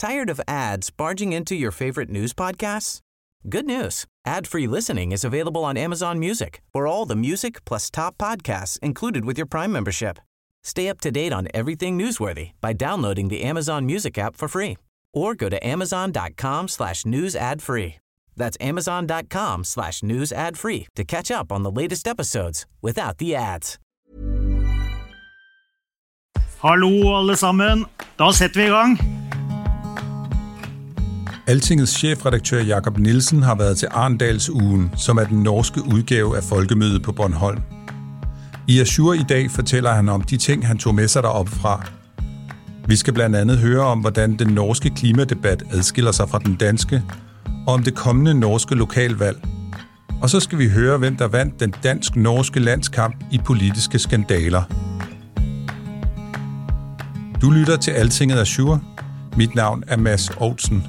Tired of ads barging into your favorite news podcasts? Good news. Ad-free listening is available on Amazon Music for all the music plus top podcasts included with your Prime membership. Stay up to date on everything newsworthy by downloading the Amazon Music app for free or go to amazon.com/news ad free. That's amazon.com/news ad free to catch up on the latest episodes without the ads. Hallo alle sammen. Da sætter vi i gang. Altingets chefredaktør Jakob Nielsen har været til Arendalsugen, som er den norske udgave af Folkemødet på Bornholm. I Azure i dag fortæller han om de ting, han tog med sig derop fra. Vi skal blandt andet høre om, hvordan den norske klimadebat adskiller sig fra den danske, og om det kommende norske lokalvalg. Og så skal vi høre, hvem der vandt den dansk-norske landskamp i politiske skandaler. Du lytter til Altinget Azure. Mit navn er Mads Oudsen.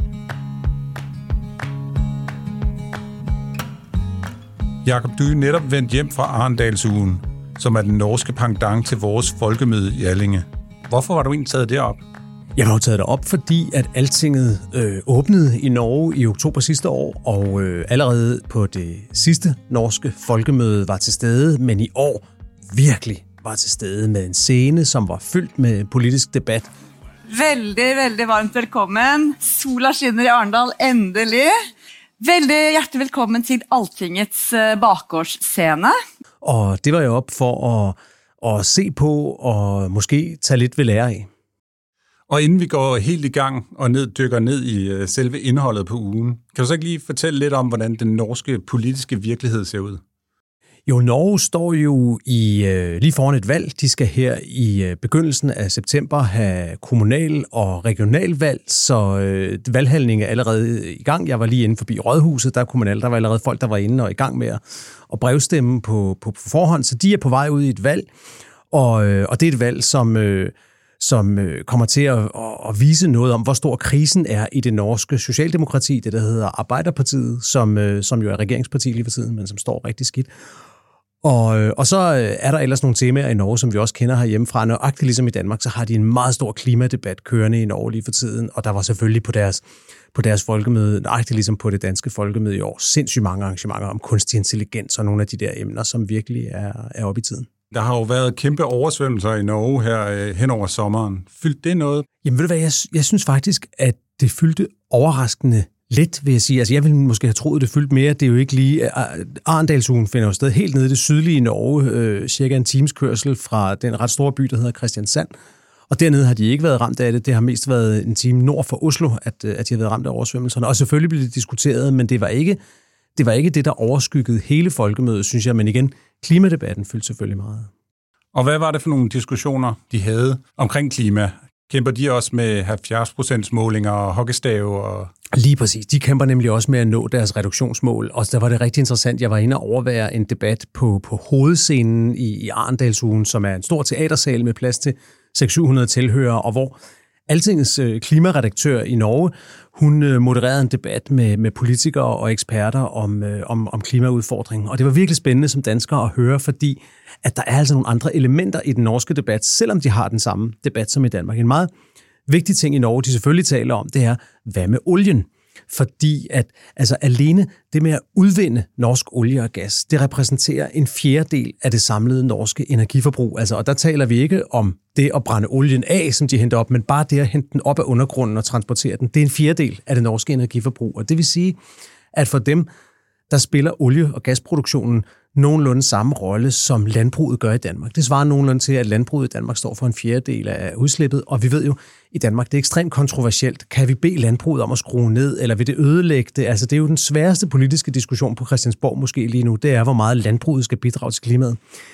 Jakob, du er netop vendt hjem fra Arendalsugen, som er den norske pendant til vores folkemøde i Allinge. Hvorfor var du egentlig taget derop? Jeg var jo taget derop, fordi at Altinget åbnede i Norge i oktober sidste år, og allerede på det sidste norske folkemøde var til stede, men i år virkelig var til stede med en scene, som var fyldt med politisk debat. Veldig varmt velkommen. Sola skinner i Arendal endelig. Veldig hjertelig velkommen til Altingets bakgårdsscene. Og det var jo op for at se på og måske tage lidt ved lære af. Og inden vi går helt i gang og dykker ned i selve indholdet på ugen, kan du så ikke lige fortælle lidt om, hvordan den norske politiske virkelighed ser ud? Jo, Norge står jo lige foran et valg. De skal her i begyndelsen af september have kommunal- og regionalvalg, så valghandlingen er allerede i gang. Jeg var lige inde forbi Rådhuset, der var allerede folk, der var inde og i gang med at brevstemme på forhånd, så de er på vej ud i et valg, og det er et valg, som kommer til at vise noget om, hvor stor krisen er i det norske socialdemokrati, det der hedder Arbeiderpartiet, som jo er regeringsparti lige for tiden, men som står rigtig skidt. Og så er der ellers nogle temaer i Norge, som vi også kender herhjemmefra. Nøjagtigt ligesom i Danmark, så har de en meget stor klimadebat kørende i Norge lige for tiden, og der var selvfølgelig på deres folkemøde, nøjagtigt ligesom på det danske folkemøde i år, sindssygt mange arrangementer om kunstig intelligens og nogle af de der emner, som virkelig er oppe i tiden. Der har jo været kæmpe oversvømmelser i Norge her hen over sommeren. Fyldte det noget? Jamen ved du hvad, jeg synes faktisk, at det fyldte overraskende lidt, vil jeg sige. Altså jeg ville måske have troet, det fyldte mere. Det er jo ikke lige... Arendalsugen finder jo sted helt nede i det sydlige Norge, cirka en times kørsel fra den ret store by, der hedder Kristiansand. Og dernede har de ikke været ramt af det. Det har mest været en time nord for Oslo, at de har været ramt af oversvømmelserne. Og selvfølgelig blev det diskuteret, men det var ikke det, der overskyggede hele folkemødet, synes jeg. Men igen, klimadebatten fyldte selvfølgelig meget. Og hvad var det for nogle diskussioner, de havde omkring klima? Kæmper de også med 70% målinger og hockeystave? Lige præcis. De kæmper nemlig også med at nå deres reduktionsmål. Og der var det rigtig interessant. Jeg var inde og overvære en debat på hovedscenen i Arendalsugen, som er en stor teatersal med plads til 600-700 tilhørere, og hvor Altingets klimaredaktør i Norge, hun modererede en debat med politikere og eksperter om klimaudfordringen. Og det var virkelig spændende som danskere at høre, fordi at der er altså nogle andre elementer i den norske debat, selvom de har den samme debat som i Danmark. En meget vigtig ting i Norge, de selvfølgelig taler om, det er, hvad med olien? Fordi at altså alene det med at udvinde norsk olie og gas, det repræsenterer en fjerdedel af det samlede norske energiforbrug. Altså, og der taler vi ikke om det at brænde olien af, som de henter op, men bare det at hente den op af undergrunden og transportere den. Det er en fjerdedel af det norske energiforbrug. Og det vil sige, at for dem, der spiller olie- og gasproduktionen nogenlunde samme rolle, som landbruget gør i Danmark. Det svarer nogenlunde til, at landbruget i Danmark står for en fjerdedel af udslippet, og vi ved jo, i Danmark, det er ekstremt kontroversielt. Kan vi bede landbruget om at skrue ned, eller vil det ødelægge det? Altså, det er jo den sværeste politiske diskussion på Christiansborg måske lige nu, det er, hvor meget landbruget skal bidrage til klimaet.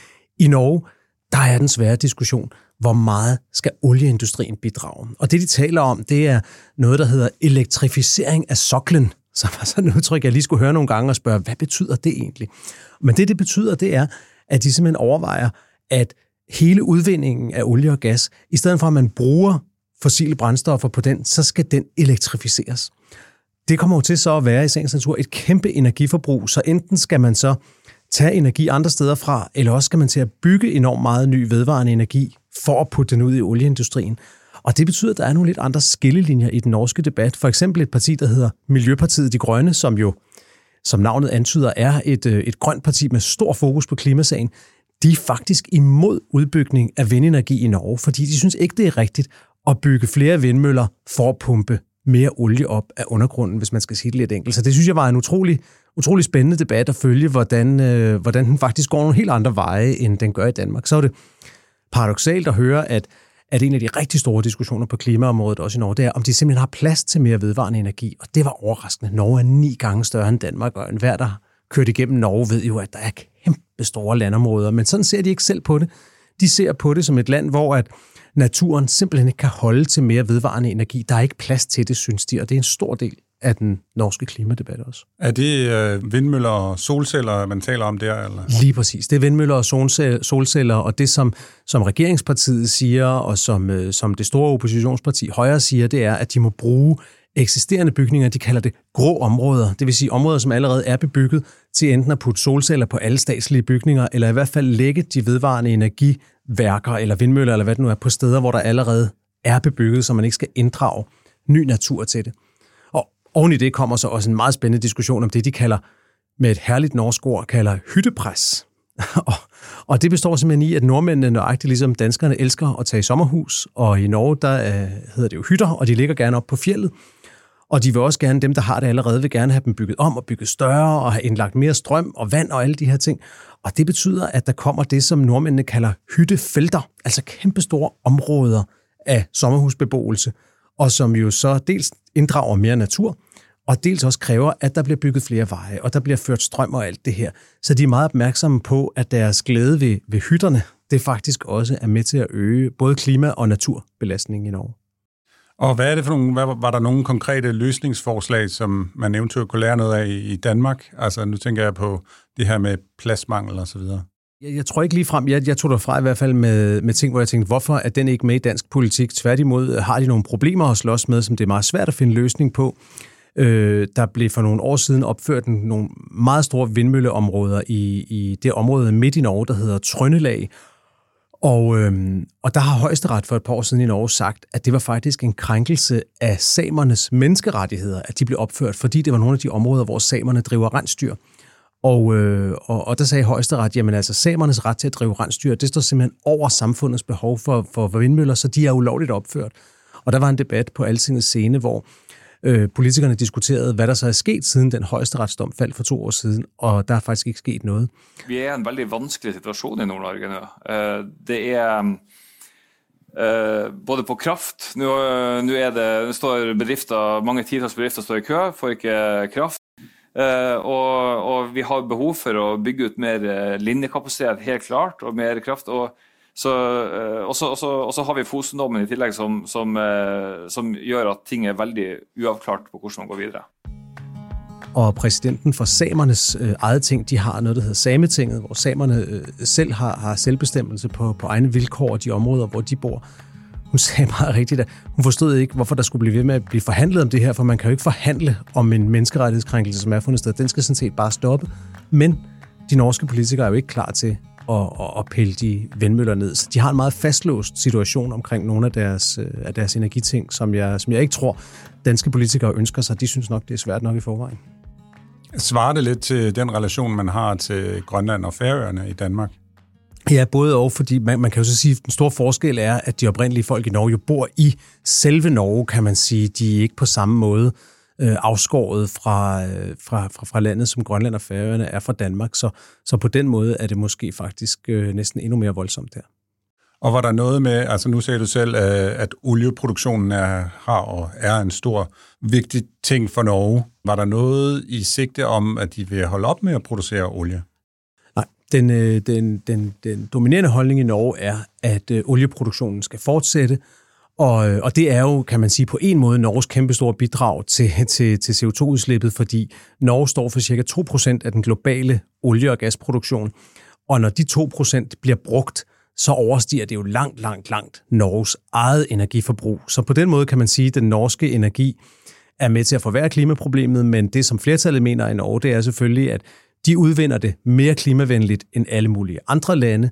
I Norge, der er den svære diskussion, hvor meget skal olieindustrien bidrage? Og det, de taler om, det er noget, der hedder elektrificering af soklen, som var sådan et udtryk, jeg lige skulle høre nogle gange og spørge, hvad betyder det egentlig? Men det betyder, det er, at de simpelthen overvejer, at hele udvindingen af olie og gas, i stedet for at man bruger fossile brændstoffer på den, så skal den elektrificeres. Det kommer jo til så at være i sagens natur et kæmpe energiforbrug, så enten skal man så tage energi andre steder fra, eller også skal man til at bygge enormt meget ny vedvarende energi for at putte den ud i olieindustrien. Og det betyder, at der er nogle lidt andre skillelinjer i den norske debat. For eksempel et parti, der hedder Miljøpartiet De Grønne, som jo, som navnet antyder, er et grønt parti med stor fokus på klimasagen. De er faktisk imod udbygning af vindenergi i Norge, fordi de synes ikke, det er rigtigt at bygge flere vindmøller for at pumpe mere olie op af undergrunden, hvis man skal sige det lidt enkelt. Så det synes jeg var en utrolig spændende debat at følge, hvordan den faktisk går nogle helt andre veje, end den gør i Danmark. Så er det paradoksalt at høre, at en af de rigtig store diskussioner på klimaområdet, også i Norge, det er, om de simpelthen har plads til mere vedvarende energi. Og det var overraskende. Norge er 9 gange større end Danmark, og enhver, der kørt igennem Norge, ved jo, at der er kæmpe store landområder. Men sådan ser de ikke selv på det. De ser på det som et land, hvor at naturen simpelthen ikke kan holde til mere vedvarende energi. Der er ikke plads til det, synes de, og det er en stor del af den norske klimadebat også. Er det vindmøller og solceller, man taler om der? Eller? Lige præcis. Det er vindmøller og solceller, og det, som regeringspartiet siger, og som det store oppositionsparti Højre siger, det er, at de må bruge eksisterende bygninger, de kalder det grå områder, det vil sige områder, som allerede er bebygget, til enten at putte solceller på alle statslige bygninger, eller i hvert fald lægge de vedvarende energiværker, eller vindmøller, eller hvad det nu er, på steder, hvor der allerede er bebygget, så man ikke skal inddrage ny natur til det. Og oven i det kommer så også en meget spændende diskussion om det, de kalder, med et herligt norsk ord, kalder hyttepres. Og det består simpelthen i, at nordmændene, nøjagtigt ligesom danskerne, elsker at tage i sommerhus, og i Norge, der hedder det jo hytter, og de ligger gerne op på fjeldet. Og de vil også gerne, dem der har det allerede, vil gerne have dem bygget om og bygget større, og have indlagt mere strøm og vand og alle de her ting. Og det betyder, at der kommer det, som nordmændene kalder hyttefelter, altså kæmpestore områder af sommerhusbeboelse, og som jo så dels inddrager mere natur, og dels også kræver, at der bliver bygget flere veje, og der bliver ført strøm og alt det her. Så de er meget opmærksomme på, at deres glæde ved hytterne, det faktisk også er med til at øge både klima- og naturbelastningen i Norge. Og hvad er det for nogle, var der nogle konkrete løsningsforslag, som man eventuelt kunne lære noget af i Danmark? Altså nu tænker jeg på det her med pladsmangel og så videre. Jeg tror ikke lige frem, jeg tog derfra i hvert fald med ting, hvor jeg tænkte, hvorfor er den ikke med i dansk politik? Tværtimod har de nogle problemer at slås med, som det er meget svært at finde løsning på. Der blev for nogle år siden opført nogle meget store vindmølleområder i det område midt i Norge, der hedder Trøndelag. Og der har Højesteret for et par år siden i Norge sagt, at det var faktisk en krænkelse af samernes menneskerettigheder, at de blev opført, fordi det var nogle af de områder, hvor samerne driver rensdyr. Og der sagde Højesteret, jamen altså samernes ret til at drive rensdyr, det står simpelthen over samfundets behov for vindmøller, så de er ulovligt opført. Og der var en debat på Altingets scene, hvor politikerne diskuterede, hvad der så er sket siden den højesteretsdom faldt for 2 år siden, og der er faktisk ikke sket noget. Vi er i en veldig vanskelig situation i Nord-Norge nu. Det er både på kraft. Nu er det står bedrifter, mange titalls bedrifter står i kø, får ikke kraft. Og vi har behov for å bygge ut mer linjekapasitet, helt klart, og mer kraft. Og så har vi Fosen-dommen i tillegg som gjør at ting er veldig uavklart på hvordan man går videre. Og præsidenten for samernes eget ting, de har noget, der hedder Sametinget, hvor samerne selv har selvbestemmelse på egne vilkår og de områder, hvor de bor. Hun sagde meget rigtigt, at hun forstod ikke, hvorfor der skulle blive ved med at blive forhandlet om det her, for man kan jo ikke forhandle om en menneskerettighedskrænkelse, som er fundet sted. Den skal sådan set bare stoppe. Men de norske politikere er jo ikke klar til at pille de vindmøller ned. Så de har en meget fastlåst situation omkring nogle af deres energiting, som jeg ikke tror, danske politikere ønsker sig. De synes nok, det er svært nok i forvejen. Svarer det lidt til den relation, man har til Grønland og Færøerne i Danmark? Ja, både og, fordi man kan jo så sige, at den store forskel er, at de oprindelige folk i Norge jo bor i selve Norge, kan man sige. De er ikke på samme måde afskåret fra landet, som Grønland og Færøerne er fra Danmark. Så på den måde er det måske faktisk næsten endnu mere voldsomt der. Og var der noget med, altså nu sagde du selv, at olieproduktionen er en stor, vigtig ting for Norge. Var der noget i sigte om, at de vil holde op med at producere olie? Nej, den dominerende holdning i Norge er, at olieproduktionen skal fortsætte, og det er jo, kan man sige, på en måde Norges kæmpestore bidrag til CO2-udslippet, fordi Norge står for cirka 2% af den globale olie- og gasproduktion, og når de 2% bliver brugt, så overstiger det jo langt Norges eget energiforbrug. Så på den måde kan man sige, at den norske energi er med til at forværre klimaproblemet, men det, som flertallet mener i Norge, det er selvfølgelig, at de udvinder det mere klimavenligt end alle mulige andre lande,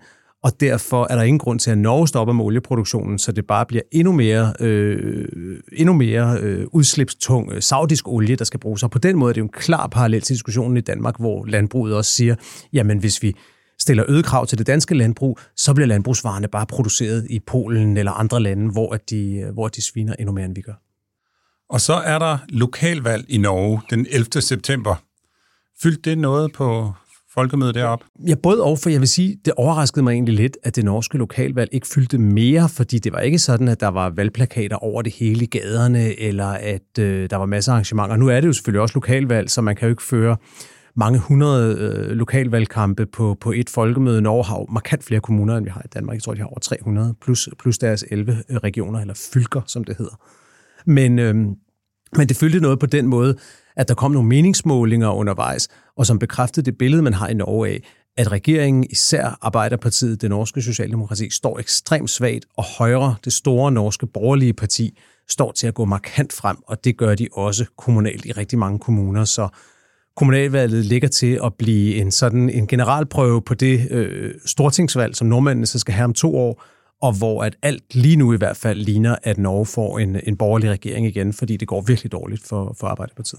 og derfor er der ingen grund til, at Norge stopper med olieproduktionen, så det bare bliver endnu mere udslipstung saudisk olie, der skal bruges. Og på den måde er det jo en klar parallel til diskussionen i Danmark, hvor landbruget også siger, jamen hvis vi stiller øget krav til det danske landbrug, så bliver landbrugsvarerne bare produceret i Polen eller andre lande, hvor de sviner endnu mere, end vi gør. Og så er der lokalvalg i Norge den 11. september. Fyldte det noget på folkemødet deroppe? Ja, både og, for jeg vil sige, det overraskede mig egentlig lidt, at det norske lokalvalg ikke fyldte mere, fordi det var ikke sådan, at der var valgplakater over det hele i gaderne, eller at der var masser af arrangementer. Nu er det jo selvfølgelig også lokalvalg, så man kan jo ikke føre mange 100 lokalvalgkampe på et folkemøde. Norge har jo markant flere kommuner, end vi har i Danmark. Jeg tror, de har over 300, plus deres 11 regioner, eller fylker, som det hedder. Men det fyldte noget på den måde, at der kom nogle meningsmålinger undervejs, og som bekræftede det billede, man har i Norge af, at regeringen, især Arbeiderpartiet, det norske socialdemokrati, står ekstremt svagt, og Højre, det store norske borgerlige parti, står til at gå markant frem, og det gør de også kommunalt i rigtig mange kommuner. Så kommunalvalget ligger til at blive en generalprøve på det stortingsvalg, som nordmændene så skal have om 2 år, og hvor at alt lige nu i hvert fald ligner, at Norge får en borgerlig regering igen, fordi det går virkelig dårligt for Arbeiderpartiet.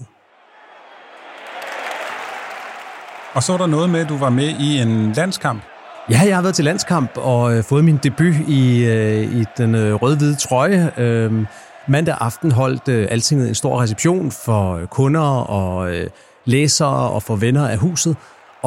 Og så er der noget med, at du var med i en landskamp. Ja, jeg har været til landskamp og fået min debut i den rød-hvide trøje. Mandag aften holdt Altinget en stor reception for kunder og læsere og for venner af huset.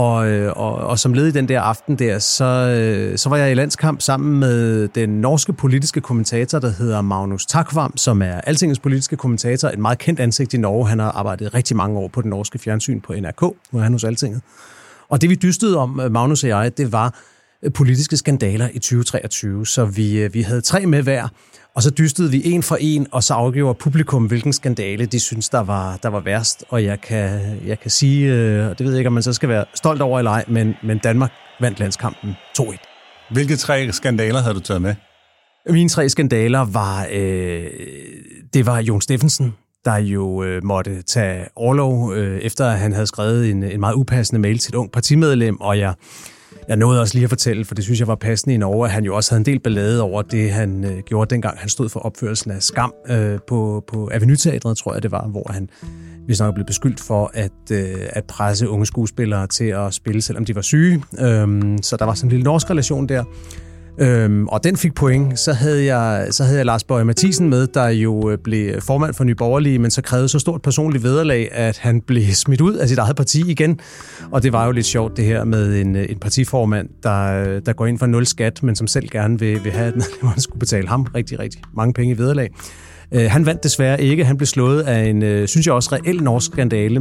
Og som led i den der aften der, så var jeg i landskamp sammen med den norske politiske kommentator, der hedder Magnus Takvam, som er Altingets politiske kommentator, et meget kendt ansigt i Norge. Han har arbejdet rigtig mange år på den norske fjernsyn på NRK, nu er han hos Altinget. Og det vi dystede om, Magnus og jeg, det var politiske skandaler i 2023, så vi havde 3 med hver, og så dystede vi en for en, og så afgjorde publikum, hvilken skandale de synes, der var værst. Og jeg kan sige, og det ved jeg ikke, om man så skal være stolt over eller ej, men Danmark vandt landskampen 2-1. Hvilke 3 skandaler havde du taget med? Mine 3 skandaler var, det var Jon Steffensen, der jo måtte tage orlov, efter at han havde skrevet en meget upassende mail til et ung partimedlem, og jeg nåede også lige at fortælle, for det synes jeg var passende i Norge, at han jo også havde en del ballade over det, han gjorde dengang, han stod for opførelsen af Skam på Avenue Teatret, tror jeg det var, hvor han vist nok blev beskyldt for at presse unge skuespillere til at spille, selvom de var syge. Så der var sådan en lille norsk relation der. Og den fik point. Så havde jeg Lars Boje Mathiesen med, der jo blev formand for Nye Borgerlige, men så krævede så stort personligt vederlag, at han blev smidt ud af sit eget parti igen. Og det var jo lidt sjovt det her med en partiformand, der går ind for 0 skat, men som selv gerne vil have, at man skulle betale ham rigtig, rigtig mange penge i vederlag. Han vandt desværre ikke. Han blev slået af en, synes jeg også, reel norsk skandale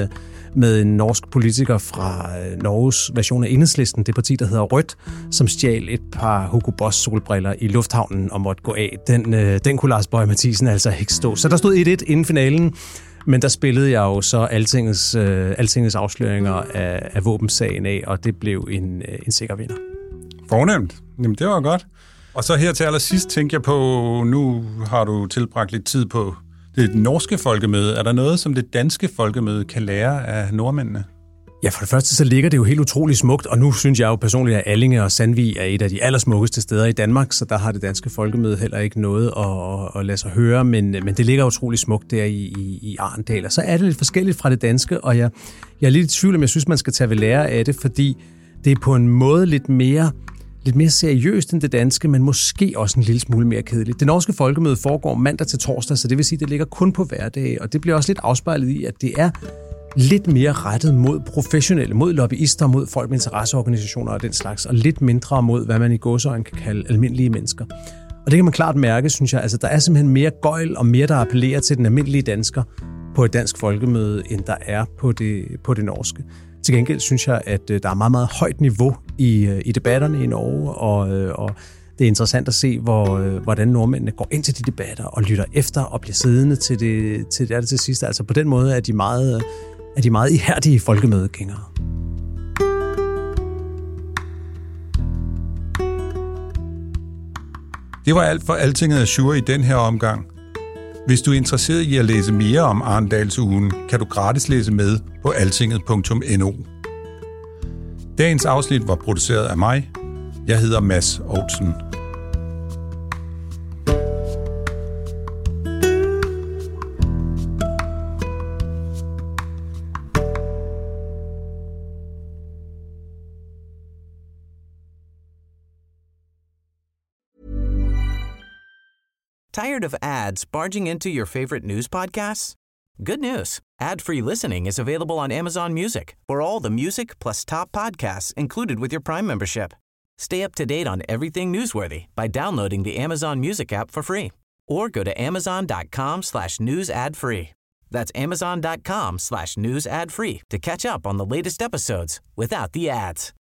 med en norsk politiker fra Norges version af Enhedslisten, det parti, der hedder Rødt, som stjal et par Hugo Boss solbriller i lufthavnen og måtte gå af. Den kunne Lars Boje Mathiesen altså ikke stå. Så der stod 1-1 inden finalen, men der spillede jeg jo så Altingets afsløringer af våbensagen af, og det blev en sikker vinder. Fornemt. Jamen, det var godt. Og så her til allersidst tænker jeg på, nu har du tilbragt lidt tid på det norske folkemøde. Er der noget, som det danske folkemøde kan lære af nordmændene? Ja, for det første så ligger det jo helt utroligt smukt, og nu synes jeg jo personligt, at Allinge og Sandvig er et af de allersmukkeste steder i Danmark, så der har det danske folkemøde heller ikke noget at lade sig høre, men det ligger utroligt smukt der i Arendal. Og så er det lidt forskelligt fra det danske, og jeg er lidt i tvivl, om jeg synes, man skal tage ved lære af det, fordi det er på en måde lidt mere seriøst end det danske, men måske også en lille smule mere kedeligt. Det norske folkemøde foregår mandag til torsdag, så det vil sige, at det ligger kun på hverdage, og det bliver også lidt afspejlet i, at det er lidt mere rettet mod professionelle, mod lobbyister, mod folk med interesseorganisationer og den slags, og lidt mindre mod, hvad man i gåseøjne kan kalde almindelige mennesker. Og det kan man klart mærke, synes jeg. Altså, der er simpelthen mere gøjl og mere, der appellerer til den almindelige dansker på et dansk folkemøde, end der er på det norske. Til gengæld synes jeg, at der er meget, meget højt niveau i debatterne i Norge, og det er interessant at se, hvordan nordmændene går ind til de debatter og lytter efter og bliver siddende til det til sidst. Altså på den måde er de meget ihærdige folkemødegængere. Det var alt for Altinget Azure i den her omgang. Hvis du er interesseret i at læse mere om Arendalsugen, kan du gratis læse med på altinget.no. Dagens afsnit var produceret af mig. Jeg hedder Mads Olsen. Tired of ads barging into your favorite news podcasts? Good news. Ad-free listening is available on Amazon Music for all the music plus top podcasts included with your Prime membership. Stay up to date on everything newsworthy by downloading the Amazon Music app for free or go to amazon.com/news ad free. That's amazon.com/news ad free to catch up on the latest episodes without the ads.